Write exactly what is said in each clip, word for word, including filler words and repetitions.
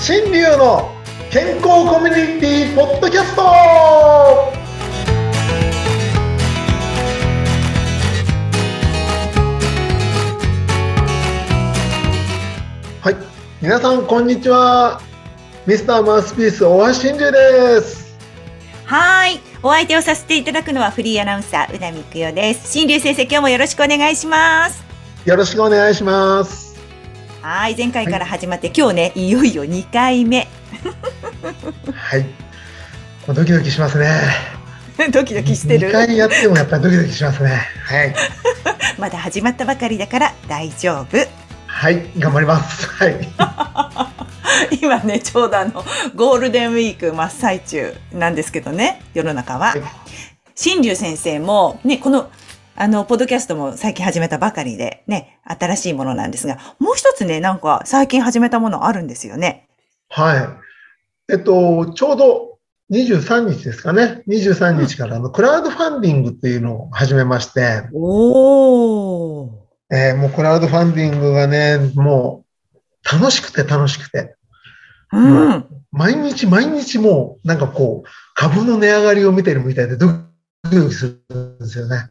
新流の健康コミュニティポッドキャスト。はい、皆さんこんにちは。ミスターマウスピース大橋新流です。 はい、お相手をさせていただくのはフリーアナウンサー宇田美久代です。新流先生、今日もよろしくお願いします。 よろしくお願いします。 はい、前回から始まって、はい、今日ね、いよいよにかいめはい、ドキドキしますね。 ドキドキしてる。 にかいやってもやっぱりドキドキしますね。はい。 まだ始まったばかりだから大丈夫。 はい、頑張ります。はい。 今ね、ちょうどあのゴールデンウィーク真っ最中なんですけどね、世の中は。はい、新流先生もね、このあのポッドキャストも最近始めたばかりでね、新しいものなんですが、もう一つね、なんか最近始めたものあるんですよね。 はい。えっとちょうどにじゅうさんにちですかね。にじゅうさんにちからあのクラウドファンディングっていうのを始めまして。 おー。 えー、もうクラウドファンディングがね、もう楽しくて楽しくて。 うん、 毎日毎日もうなんかこう株の値上がりを見てるみたいでドキドキするんですよね。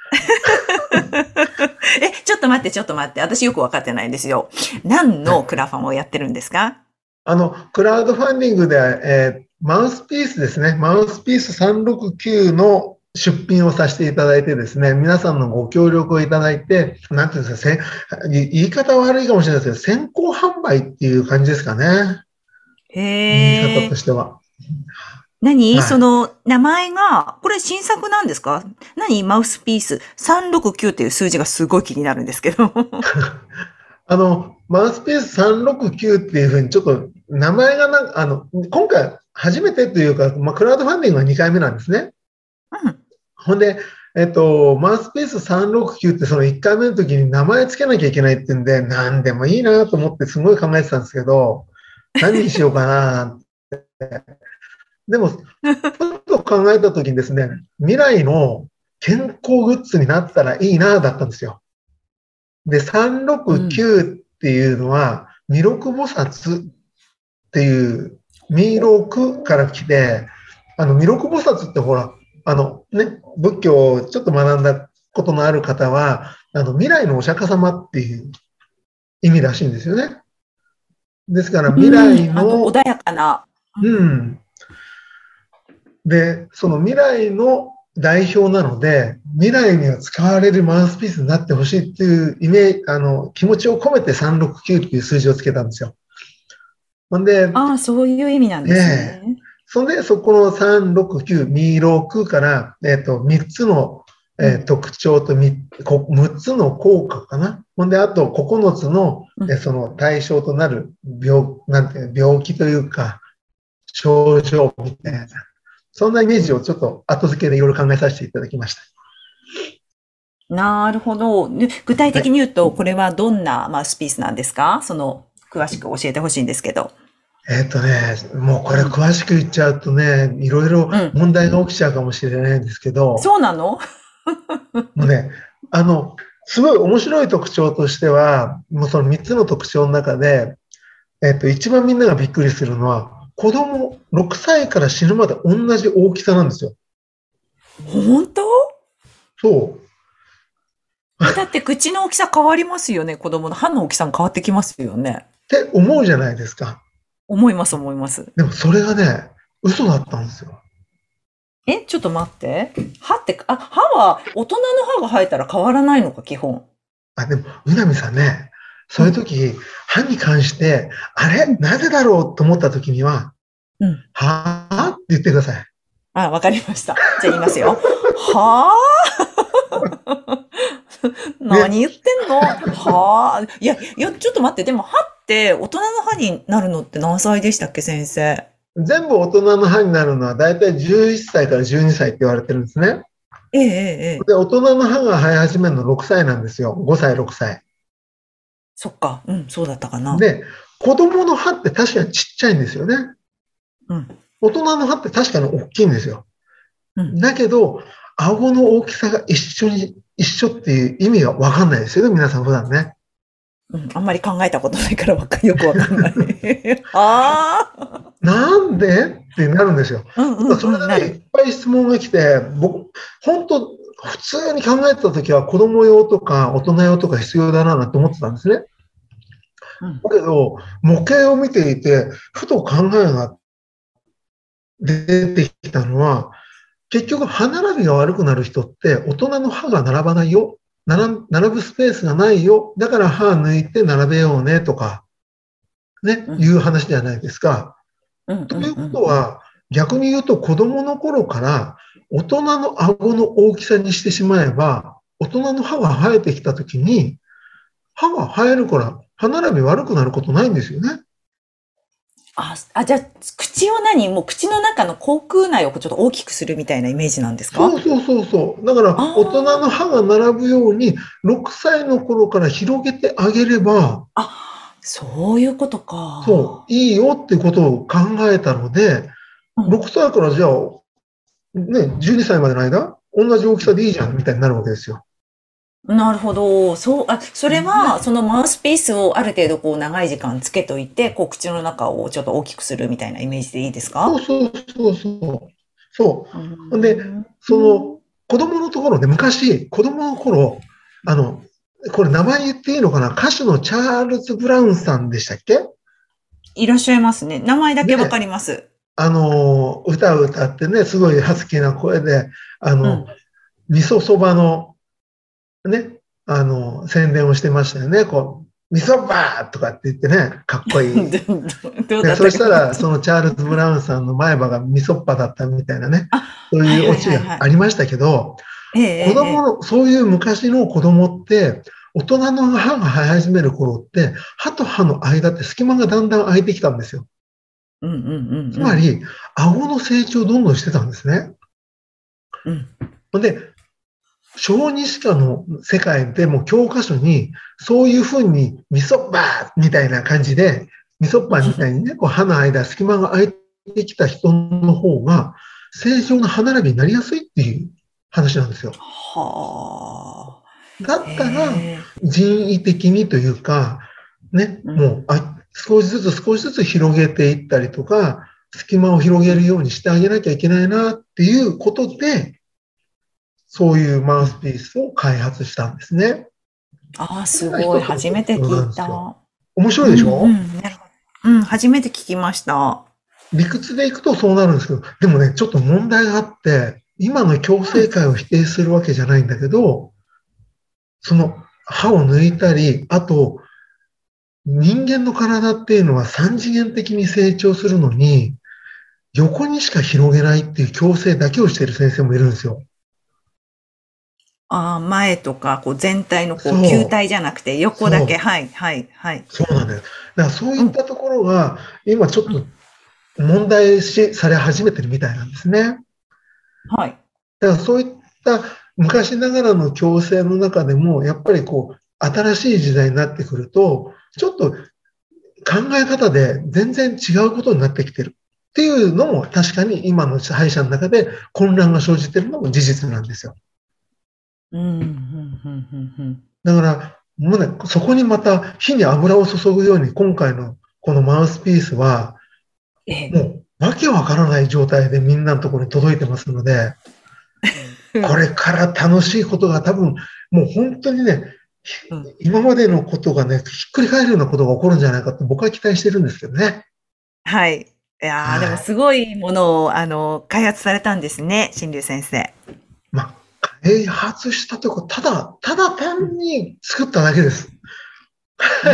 え、ちょっと待ってちょっと待って、私よく分かってないんですよ。何のクラファンをやってるんですか？はい、 あのクラウドファンディングで、えー、マウスピースですね。マウスピースさんろくきゅうの出品をさせていただいてですね、皆さんのご協力をいただいて、なんていうんですか、言い方は悪いかもしれないですけど、先行販売っていう感じですかね。 へー。 言い方としては。 何、はい、その名前が、これ新作なんですか？何マウスピースさんろくきゅうっていう数字がすごい気になるんですけど。 あの、マウスピースさんろくきゅうっていうふうにちょっと名前がなんか、あの、今回初めてというか、まあ、クラウドファンディングはにかいめなんですね。 うん。 ほんで、えっと、マウスピースさんろくきゅうってそのいっかいめの時に名前つけなきゃいけないっていうんで、なんでもいいなと思ってすごい考えてたんですけど、何にしようかなって。でも、ちょっと考えた時にですね、未来の健康グッズになったらいいなだったんですよ。で、さんろくきゅうっていうのは、弥勒菩薩っていう、弥勒から来て、あの、弥勒菩薩ってほら、あのね、仏教をちょっと学んだことのある方は、あの、未来のお釈迦様っていう意味らしいんですよね。ですから、未来の、 うん、穏やかな。 うん。で、その未来の代表なので、未来には使われるマウスピースになってほしいっていうイメージ、あの、気持ちを込めてさんろくきゅうっていう数字をつけたんですよ。ほんで、 ああ、そういう意味なんですね。 えー、そんで、そこのさんろくきゅう、弥勒から、えっと、みっつの、えー、特徴と みっつの効果かな。ほんで、あとここのつの、えその対象となる病、なんていう病気というか、症状みたいな。そんなイメージをちょっと後付けでいろいろ考えさせていただきました。 なるほど。具体的に言うと、これはどんなマウスピースなんですか？その、詳しく教えてほしいんですけど。 えっとね、もうこれ詳しく言っちゃうとね、いろいろ問題が起きちゃうかもしれないんですけど。 うん、そうなの？ もうね、あの、すごい面白い特徴としては、もうそのみっつの特徴の中で、えっと、一番みんながびっくりするのは、子供ろくさいから死ぬまで同じ大きさなんですよ。 本当？ そう。 だって口の大きさ変わりますよね。子供の歯の大きさも変わってきますよね。 って思うじゃないですか。 思います思います。 でもそれがね、嘘だったんですよ。 え、ちょっと待って。歯って、あ、歯は大人の歯が生えたら変わらないのか、基本。 あ、でも、うなみさんね、そういう時、うん、歯に関して、あれなぜだろうと思った時には、うん、はぁって言ってください。 あ、わかりました。じゃあ言いますよ。はぁ何言ってんの？はぁいや、いや、ちょっと待って、でも歯って大人の歯になるのって何歳でしたっけ、先生。 全部大人の歯になるのはだいたいじゅういっさいからじゅうにさいって言われてるんですね。 ええ、ええ。 で、大人の歯が生え始めるのろくさいなんですよ。ごさい、ろくさい。 そっか。うん、そうだったかな。 で、子供の歯って確かにちっちゃいんですよね。うん。大人の歯って確かに大きいんですよ。うん。だけど、顎の大きさが一緒に、一緒っていう意味がわかんないですよね、皆さん普段ね。 うん、あんまり考えたことないからわかよくわかんない。ああ。 なんでってなるんですよ。 うんうんそれうん、なでね、いっる。 ぱい質問が来て、僕、本当、普通に考えてたときは子供用とか大人用とか必要だなと思ってたんですね。 うん。 だけど、模型を見ていて、ふと考えが出てきたのは、結局歯並びが悪くなる人って大人の歯が並ばないよ。並並ぶスペースがないよ。だから歯抜いて並べようねとか、ね、 うん。 いう話じゃないですか。 うんうんということうんは、逆に言うと子供の頃から大人の顎の大きさにしてしまえば、大人の歯が生えてきたときに、歯が生えるから歯並び悪くなることないんですよね。 あ、あ、じゃあ、口を何もう口の中の口腔内をちょっと大きくするみたいなイメージなんですか？ そうそうそうそう。だから大人のあ歯が並ぶようにろくさいの頃から広げてあげれば、 あ、あ、そういうことそう、 か。 いいよってことを考えたので、 うん。 ろくさいからじゃあ、ね、じゅうにさいまでの間、同じ大きさでいいじゃんみたいになるわけですよ。 なるほど。そう、あ、それは、 ね、 そのマウスピースをある程度こう長い時間つけといて、こう口の中をちょっと大きくするみたいなイメージでいいですか？ そうそうそうそう。そうーう。んで、 ん。 その、子供のところで、昔、子供の頃、あの、これ名前言っていいのかな、歌手のチャールズ・ブラウンさんでしたっけいらっしゃいますね。名前だけわかね、 ります。 あの、歌を歌ってね、すごいハスキーな声で、あの、 うん。 味噌そばのね、あの、宣伝をしてましたよね。こう、味噌ばーとかって言ってね、かっこいい。 どどうで、 だったかな。 そしたら、そのチャールズ・ブラウンさんの前歯が味噌っぱだったみたいなね、 あ、 そうはいはいいうオチがはいはい。 ありましたけど、 えええ子えええ。 供の、そういう昔の子供って、大人の歯が生え始める頃って、歯と歯の間って隙間がだんだん空いてきたんですよ。 うんうんうんうん。 つまり、顎の成長をどんどんしてたんですね。 うん。 ほんで、小児歯科の世界でも教科書に、そういうふうに、味噌バーみたいな感じで、味噌パンみたいにね、こう歯の間、隙間が空いてきた人の方が、正常な歯並びになりやすいっていう話なんですよ。 はあ。 だったら、 へえ。 人為的にというか、ね、 うん。 もうあ少しずつ少しずつ広げていったりとか、隙間を広げるようにしてあげなきゃいけないなっていうことで、そういうマうん。 ウスピースを開発したんですね。 ああ、 それすごい。 が一つの初めて特徴聞いなんですよ。 た。 面白いでしうんうょ？ ん。なるほど。うん、初めて聞きました。 理屈でいくとそうなるんですけど、でもね、ちょっと問題があって、今の矯うん。 正界を否定するわけじゃないんだけど、その歯を抜いたり、あと人間の体っていうのは三次元的に成長するのに、横にしか広げないっていう矯正だけをしている先生もいるんですよ。 ああ、前とか、こう全体のこう球そう、 体じゃなくて横だけ。 そう、 はい、はい、はい。 そうなんだよ。だからそううん、 いったところが、今ちょっうん。 と問題視され始めてるみたいなんですね。 はい。 だからそういった昔ながらの矯正の中でも、やっぱりこう、新しい時代になってくると、ちょっと考え方で全然違うことになってきてるっていうのも確かに今の歯医者の中で混乱が生じてるのも事実なんですよ。 うん、うん、うん、うん、うん。 だから、もうね、そこにまた火に油を注ぐように今回のこのマウスピースはええ。 もうわけわからない状態でみんなのところに届いてますので、 うん、 これから楽しいことが多分もう本当にね、 うん。 今までのことがね、ひっくり返るようなことが起こるんじゃないかって僕は期待してるんですけどね。 はい。いやー、でもはい。 すごいものを、あの、開発されたんですね、新竜先生。 まあ、開発したとこ、ただ、ただうん。 単に作っただけです。 うん。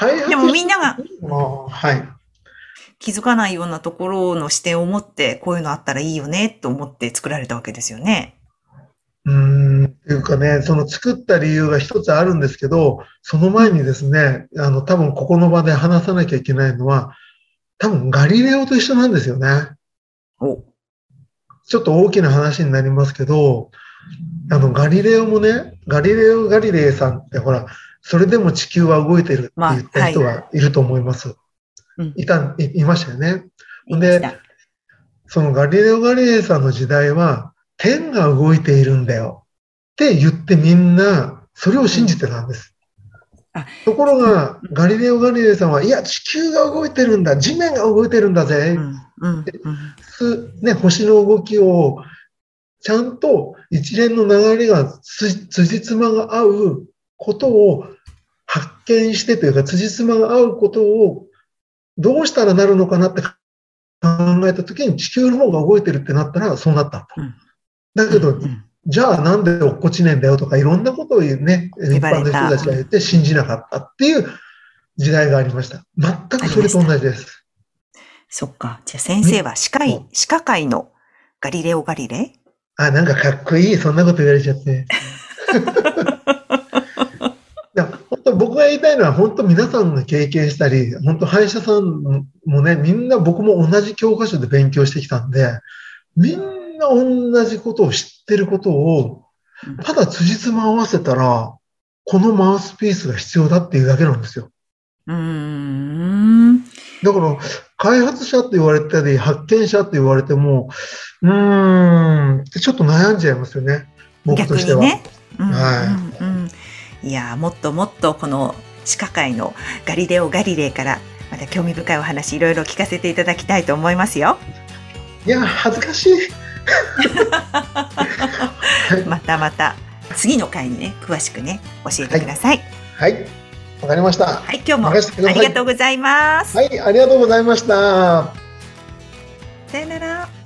開でも発したってみんなが、うん、 のは、はい。 気づかないようなところの視点を持って、こういうのあったらいいよね、と思って作られたわけですよね。 うーん、っていうかね、その作った理由が一つあるんですけど、そのうん。 前にですね、あの、多分ここの場で話さなきゃいけないのは、多分ガリレオと一緒なんですよね。 お。 ちょっと大きな話になりますけど、あの、ガリレオもね、ガリレオ・ガリレイさんってほら、それでも地球は動いてるってまあ、 言ったはい。 人がいると思います。 うん。 いた、いいましたよね。ほんで、 言いました。 そのガリレオ・ガリレイさんの時代は、天が動いているんだよって言ってみんな、それを信じうん。 てたんです。 あ、 ところが、ガリレオ・ガリレイさんは、いや、地球が動いてるんだ、地面が動いてるんだぜ、 うんうんすね、星の動きを、ちゃんと一連の流れがつ辻褄が合うことを発見してというか、辻褄が合うことをどうしたらなるのかなって考えたときに、地球の方が動いてるってなったら、そうなったと。 うんだけど、 うんうんじゃあなんで落っこちねえんだよとか、いろんなことを言うね、一般の人たちが言って信じなかったっていう時代がありました。全くそれと同じです。 そっか。じゃあ先生は歯科医、歯科界のガリレオ・ガリレイ？ あ、なんかかっこいい。そんなこと言われちゃって。いや本当僕が言いたいのは、本当皆さんが経験したり、本当歯医者さんもね、みんな僕も同じ教科書で勉強してきたんで、みんな同じことを知ってることを、ただ辻褄合わせたら、このマウスピースが必要だっていうだけなんですよ。 うーん。 だから、開発者って言われたり、発見者って言われても、うーんってちょっと悩んじゃいますよね。僕としては。 逆にね。うんうんうん、 はい。 いや、もっともっとこの歯科界のガリレオ・ガリレイからまた興味深いお話いろいろ聞かせていただきたいと思いますよ。 いや、恥ずかしい。 またまた次の回にね、詳しくね、教えてください。 はい。はい、わかりました。 はい、今日もありがとうございます。 はい、ありがとうございました。 さよなら。